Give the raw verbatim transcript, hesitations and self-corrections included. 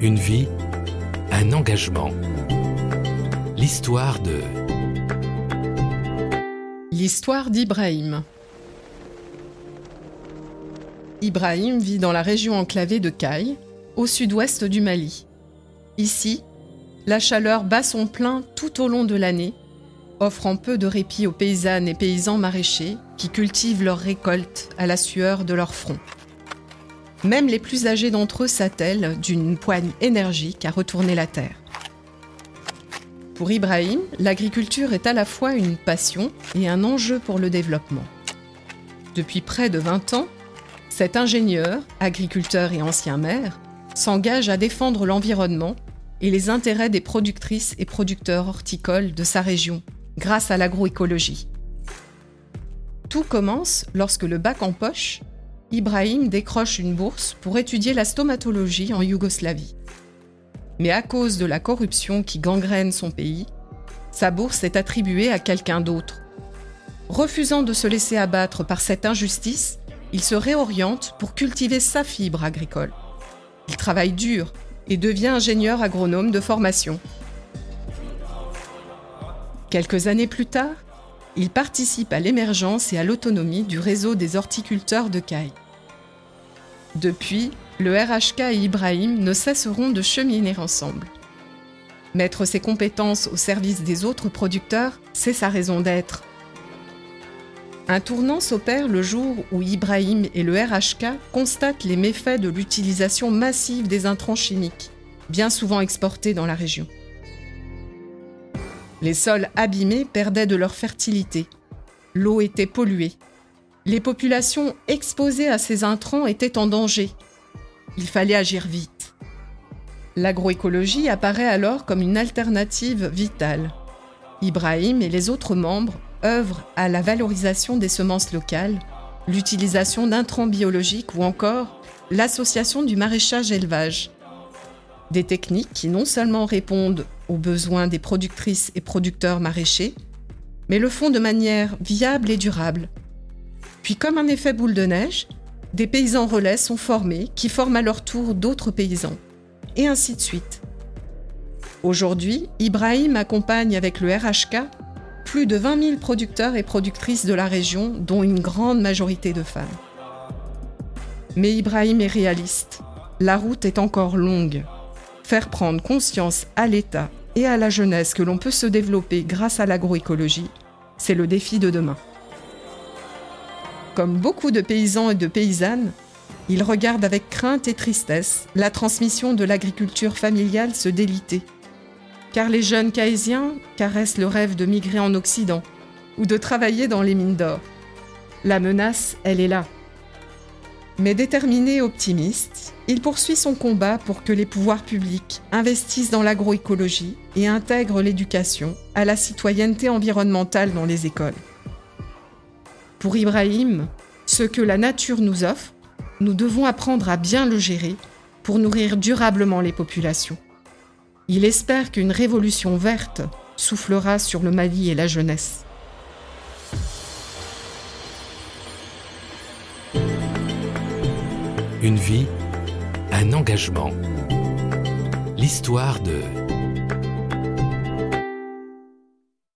Une vie, un engagement. L'histoire de... L'histoire d'Ibrahim. Ibrahim vit dans la région enclavée de Kayes, au sud-ouest du Mali. Ici, la chaleur bat son plein tout au long de l'année, offrant peu de répit aux paysannes et paysans maraîchers qui cultivent leurs récoltes à la sueur de leur front. Même les plus âgés d'entre eux s'attellent d'une poigne énergique à retourner la terre. Pour Ibrahim, l'agriculture est à la fois une passion et un enjeu pour le développement. Depuis près de vingt ans, cet ingénieur, agriculteur et ancien maire, s'engage à défendre l'environnement et les intérêts des productrices et producteurs horticoles de sa région, grâce à l'agroécologie. Tout commence lorsque le bac en poche, Ibrahim décroche une bourse pour étudier la stomatologie en Yougoslavie. Mais à cause de la corruption qui gangrène son pays, sa bourse est attribuée à quelqu'un d'autre. Refusant de se laisser abattre par cette injustice, il se réoriente pour cultiver sa fibre agricole. Il travaille dur et devient ingénieur agronome de formation. Quelques années plus tard, il participe à l'émergence et à l'autonomie du réseau des horticulteurs de Kayes. Depuis, le R H K et Ibrahim ne cesseront de cheminer ensemble. Mettre ses compétences au service des autres producteurs, c'est sa raison d'être. Un tournant s'opère le jour où Ibrahim et le R H K constatent les méfaits de l'utilisation massive des intrants chimiques, bien souvent exportés dans la région. Les sols abîmés perdaient de leur fertilité. L'eau était polluée. Les populations exposées à ces intrants étaient en danger. Il fallait agir vite. L'agroécologie apparaît alors comme une alternative vitale. Ibrahim et les autres membres œuvrent à la valorisation des semences locales, l'utilisation d'intrants biologiques ou encore l'association du maraîchage-élevage. Des techniques qui non seulement répondent aux besoins des productrices et producteurs maraîchers, mais le font de manière viable et durable. Puis comme un effet boule de neige, des paysans relais sont formés qui forment à leur tour d'autres paysans, et ainsi de suite. Aujourd'hui, Ibrahim accompagne avec le R H K plus de vingt mille producteurs et productrices de la région, dont une grande majorité de femmes. Mais Ibrahim est réaliste. La route est encore longue. Faire prendre conscience à l'État et à la jeunesse que l'on peut se développer grâce à l'agroécologie, c'est le défi de demain. Comme beaucoup de paysans et de paysannes, ils regardent avec crainte et tristesse la transmission de l'agriculture familiale se déliter. Car les jeunes Kayésiens caressent le rêve de migrer en Occident ou de travailler dans les mines d'or. La menace, elle est là. Mais déterminé et optimiste, il poursuit son combat pour que les pouvoirs publics investissent dans l'agroécologie et intègrent l'éducation à la citoyenneté environnementale dans les écoles. Pour Ibrahim, ce que la nature nous offre, nous devons apprendre à bien le gérer pour nourrir durablement les populations. Il espère qu'une révolution verte soufflera sur le Mali et la jeunesse. Une vie, un engagement. L'histoire de...